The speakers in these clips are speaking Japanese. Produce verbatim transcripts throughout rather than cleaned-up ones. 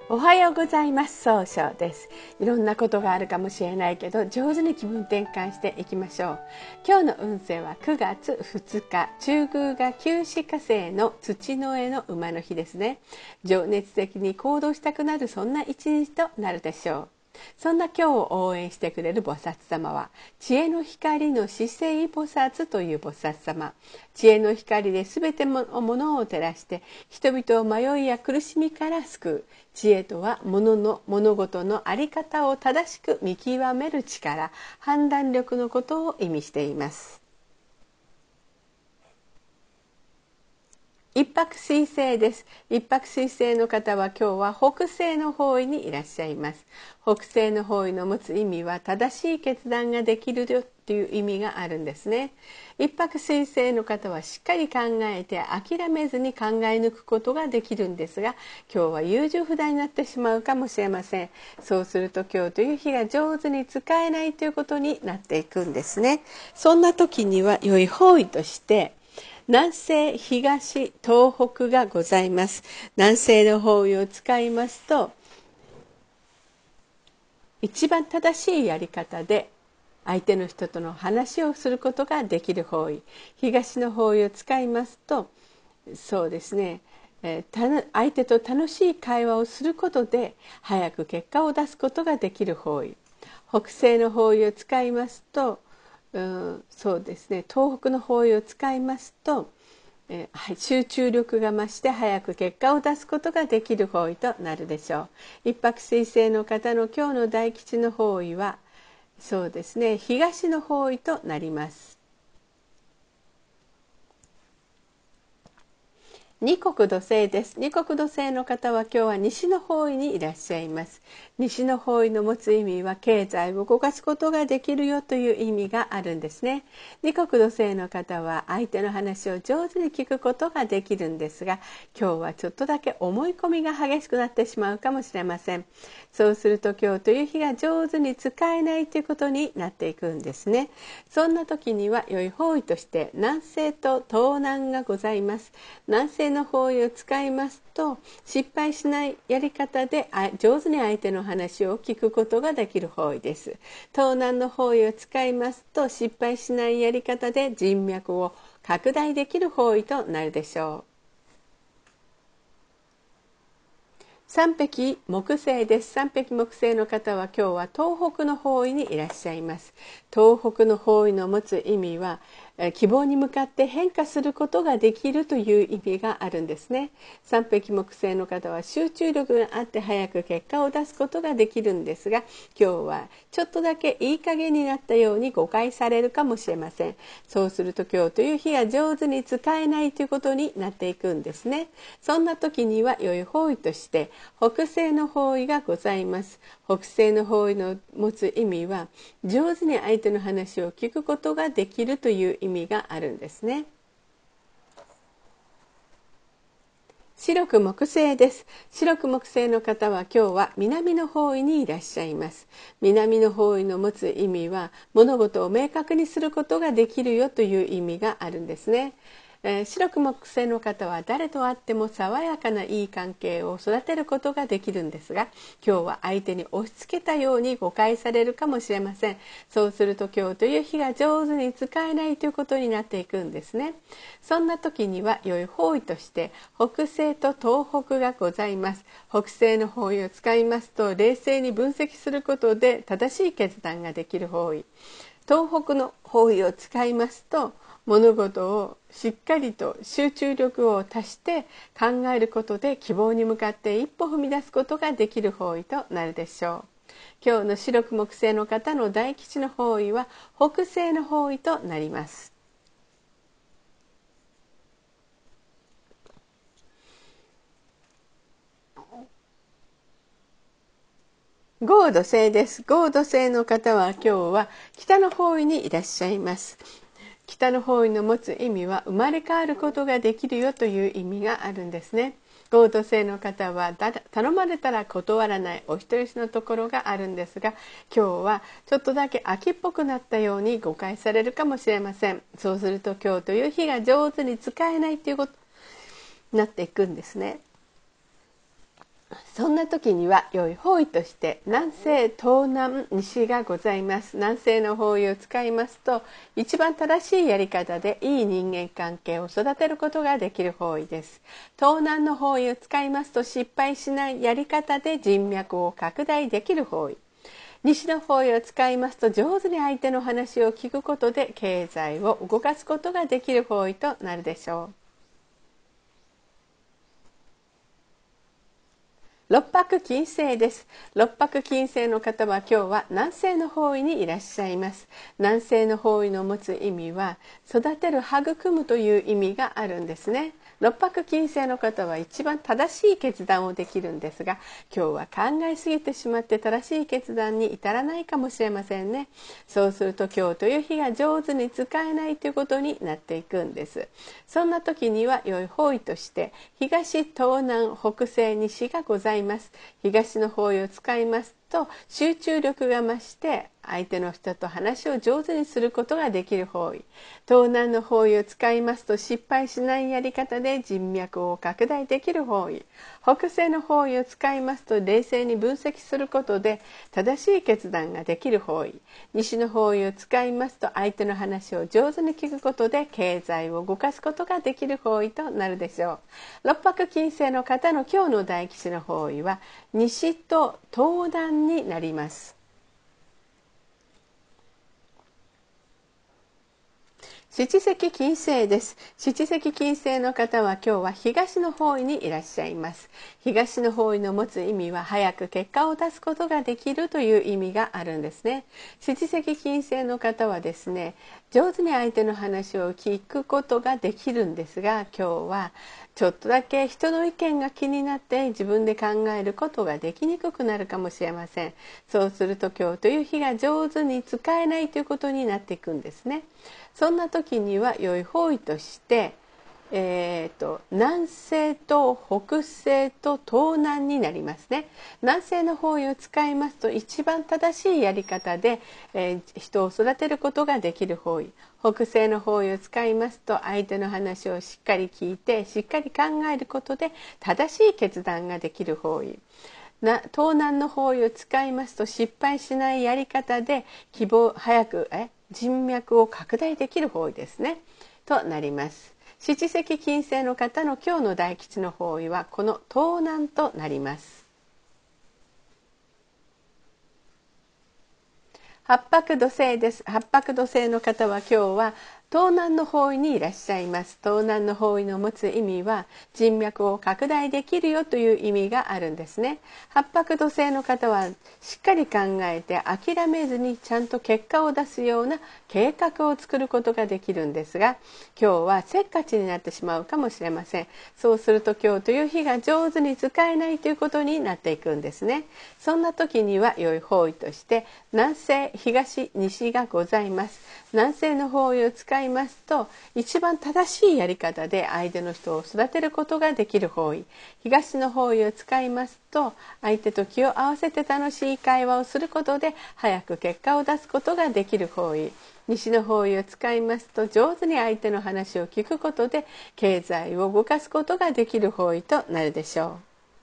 おはようございます。総称です。いろんなことがあるかもしれないけど、上手に気分転換していきましょう。今日の運勢はくがつふつか、中宮が旧歯火星の土の絵の馬の日ですね。情熱的に行動したくなる、そんな一日となるでしょう。そんな今日を応援してくれる菩薩様は、知恵の光の姿勢菩薩という菩薩様。知恵の光で全てのものを照らして、人々を迷いや苦しみから救う。知恵とは物の物事の在り方を正しく見極める力、判断力のことを意味しています。一泊水星です。一泊水星の方は今日は北西の方位にいらっしゃいます。北西の方位の持つ意味は正しい決断ができるよという意味があるんですね。一泊水星の方はしっかり考えて諦めずに考え抜くことができるんですが、今日は優柔不断になってしまうかもしれません。そうすると今日という日が上手に使えないということになっていくんですね。そんな時には良い方位として南西、東、東北がございます。南西の方位を使いますと、一番正しいやり方で相手の人との話をすることができる方位。東の方位を使いますと、そうですね、えー、相手と楽しい会話をすることで早く結果を出すことができる方位。北西の方位を使いますと、うん、そうですね、東北の方位を使いますと、えーはい、集中力が増して早く結果を出すことができる方位となるでしょう。一泊水星の方の今日の大吉の方位は、そうですね、東の方位となります。二国土星です。二国土星の方は今日は西の方位にいらっしゃいます。西の方位の持つ意味は経済を動かすことができるよという意味があるんですね。二国土星の方は相手の話を上手に聞くことができるんですが、今日はちょっとだけ思い込みが激しくなってしまうかもしれません。そうすると今日という日が上手に使えないということになっていくんですね。そんな時には良い方位として南西と東南がございます。南西の方位を使いますと、失敗しないやり方で上手に相手の話を聞くことができる方位です。東南の方位を使いますと、失敗しないやり方で人脈を拡大できる方位となるでしょう。三匹木星です。三匹木星の方は今日は東北の方位にいらっしゃいます。東北の方位の持つ意味は、希望に向かって変化することができるという意味があるんですね。三匹木星の方は集中力があって早く結果を出すことができるんですが、今日はちょっとだけいい加減になったように誤解されるかもしれません。そうすると今日という日が上手に使えないということになっていくんですね。そんな時には良い方位として北西の方位がございます。北西の方位の持つ意味は、上手に相手の話を聞くことができるという意味があるんですね。白く木星です。白く木星の方は今日は南の方位にいらっしゃいます。南の方位の持つ意味は、物事を明確にすることができるよという意味があるんですね。えー、白く木星の方は誰と会っても爽やかないい関係を育てることができるんですが、今日は相手に押し付けたように誤解されるかもしれません。そうすると今日という日が上手に使えないということになっていくんですね。そんな時には良い方位として北西と東北がございます。北西の方位を使いますと、冷静に分析することで正しい決断ができる方位。東北の方位を使いますと、物事をしっかりと集中力を足して考えることで希望に向かって一歩踏み出すことができる方位となるでしょう。今日の白く木星の方の大吉の方位は北西の方位となります。合土星です。合土星の方は今日は北の方位にいらっしゃいます。北の方位の持つ意味は、生まれ変わることができるよという意味があるんですね。合土星の方は頼まれたら断らないお人よしのところがあるんですが、今日はちょっとだけ秋っぽくなったように誤解されるかもしれません。そうすると今日という日が上手に使えないということになっていくんですね。 そんな時には良い方位として南西東南西がございます。南西の方位を使いますと一番正しいやり方でいい人間関係を育てることができる方位です。東南の方位を使いますと失敗しないやり方で人脈を拡大できる方位。西の方位を使いますと上手に相手の話を聞くことで経済を動かすことができる方位となるでしょう。六白金星です。六白金星の方は今日は南西の方位にいらっしゃいます。南西の方位の持つ意味は育てる、育むという意味があるんですね。六白金星の方は一番正しい決断をできるんですが、今日は考えすぎてしまって正しい決断に至らないかもしれませんね。そうすると今日という日が上手に使えないということになっていくんです。そんな時には良い方位として東、東南、北西、西がございます。東の方位を使いますと集中力が増して相手の人と話を上手にすることができる方位。東南の方位を使いますと失敗しないやり方で人脈を拡大できる方位。北西の方位を使いますと冷静に分析することで正しい決断ができる方位。西の方位を使いますと相手の話を上手に聞くことで経済を動かすことができる方位となるでしょう。六白金星の方の今日の大吉の方位は西と東南になります。七石金星です。七石金星の方は今日は東の方位にいらっしゃいます。東の方位の持つ意味は早く結果を出すことができるという意味があるんですね。七石金星の方はですね、上手に相手の話を聞くことができるんですが、今日はちょっとだけ人の意見が気になって自分で考えることができにくくなるかもしれません。そうすると今日という日が上手に使えないということになっていくんですね。そんな時には良い方位として、えー、と南西と北西と東南になりますね。南西の方位を使いますと一番正しいやり方で、えー、人を育てることができる方位。北西の方位を使いますと相手の話をしっかり聞いてしっかり考えることで正しい決断ができる方位。な東南の方位を使いますと失敗しないやり方で希望早くえ人脈を拡大できる方位ですねとなります。七石金星の方の今日の大吉の方位はこの東南となります。八白土星です。八白土星の方は今日は東南の方位にいらっしゃいます。東南の方位の持つ意味は人脈を拡大できるよという意味があるんですね。八白土星の方はしっかり考えて諦めずにちゃんと結果を出すような計画を作ることができるんですが、今日はせっかちになってしまうかもしれません。そうすると今日という日が上手に使えないということになっていくんですね。そんな時には良い方位として南西、東、西がございます。南西の方位を使いますと一番正しいやり方で相手の人を育てることができる方位。東の方位を使いますと相手と気を合わせて楽しい会話をすることで早く結果を出すことができる方位。西の方位を使いますと上手に相手の話を聞くことで経済を動かすことができる方位となるでしょう。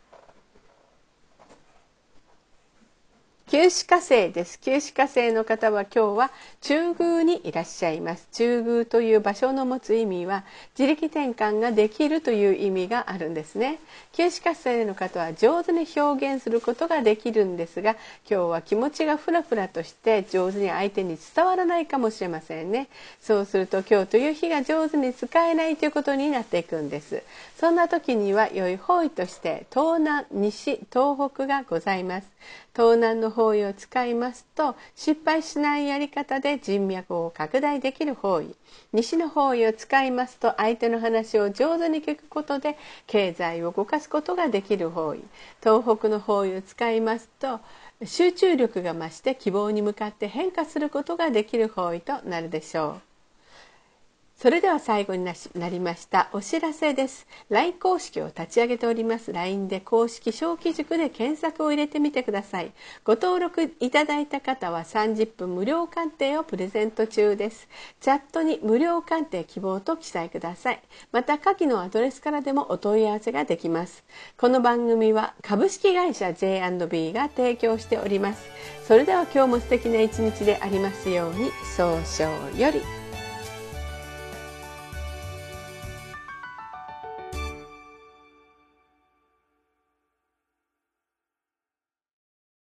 九死火星です。九死火星の方は今日は中宮にいらっしゃいます。中宮という場所の持つ意味は自力転換ができるという意味があるんですね。九死火星の方は上手に表現することができるんですが、今日は気持ちがフラフラとして上手に相手に伝わらないかもしれませんね。そうすると今日という日が上手に使えないということになっていくんです。そんな時には良い方位として東南、西、東北がございます。東南の方位を使いますと失敗しないやり方で人脈を拡大できる方位。西の方位を使いますと相手の話を上手に聞くことで経済を動かすことができる方位。東北の方位を使いますと集中力が増して希望に向かって変化することができる方位となるでしょう。 それでは最後になりましたお知らせです。 ライン 公式を立ち上げております。 ライン で公式小規塾で検索を入れてみてください。ご登録いただいた方はさんじゅっぷん無料鑑定をプレゼント中です。チャットに無料鑑定希望と記載ください。また下記のアドレスからでもお問い合わせができます。この番組は株式会社 ジェイアンドビー が提供しております。それでは今日も素敵な一日でありますように。早々より。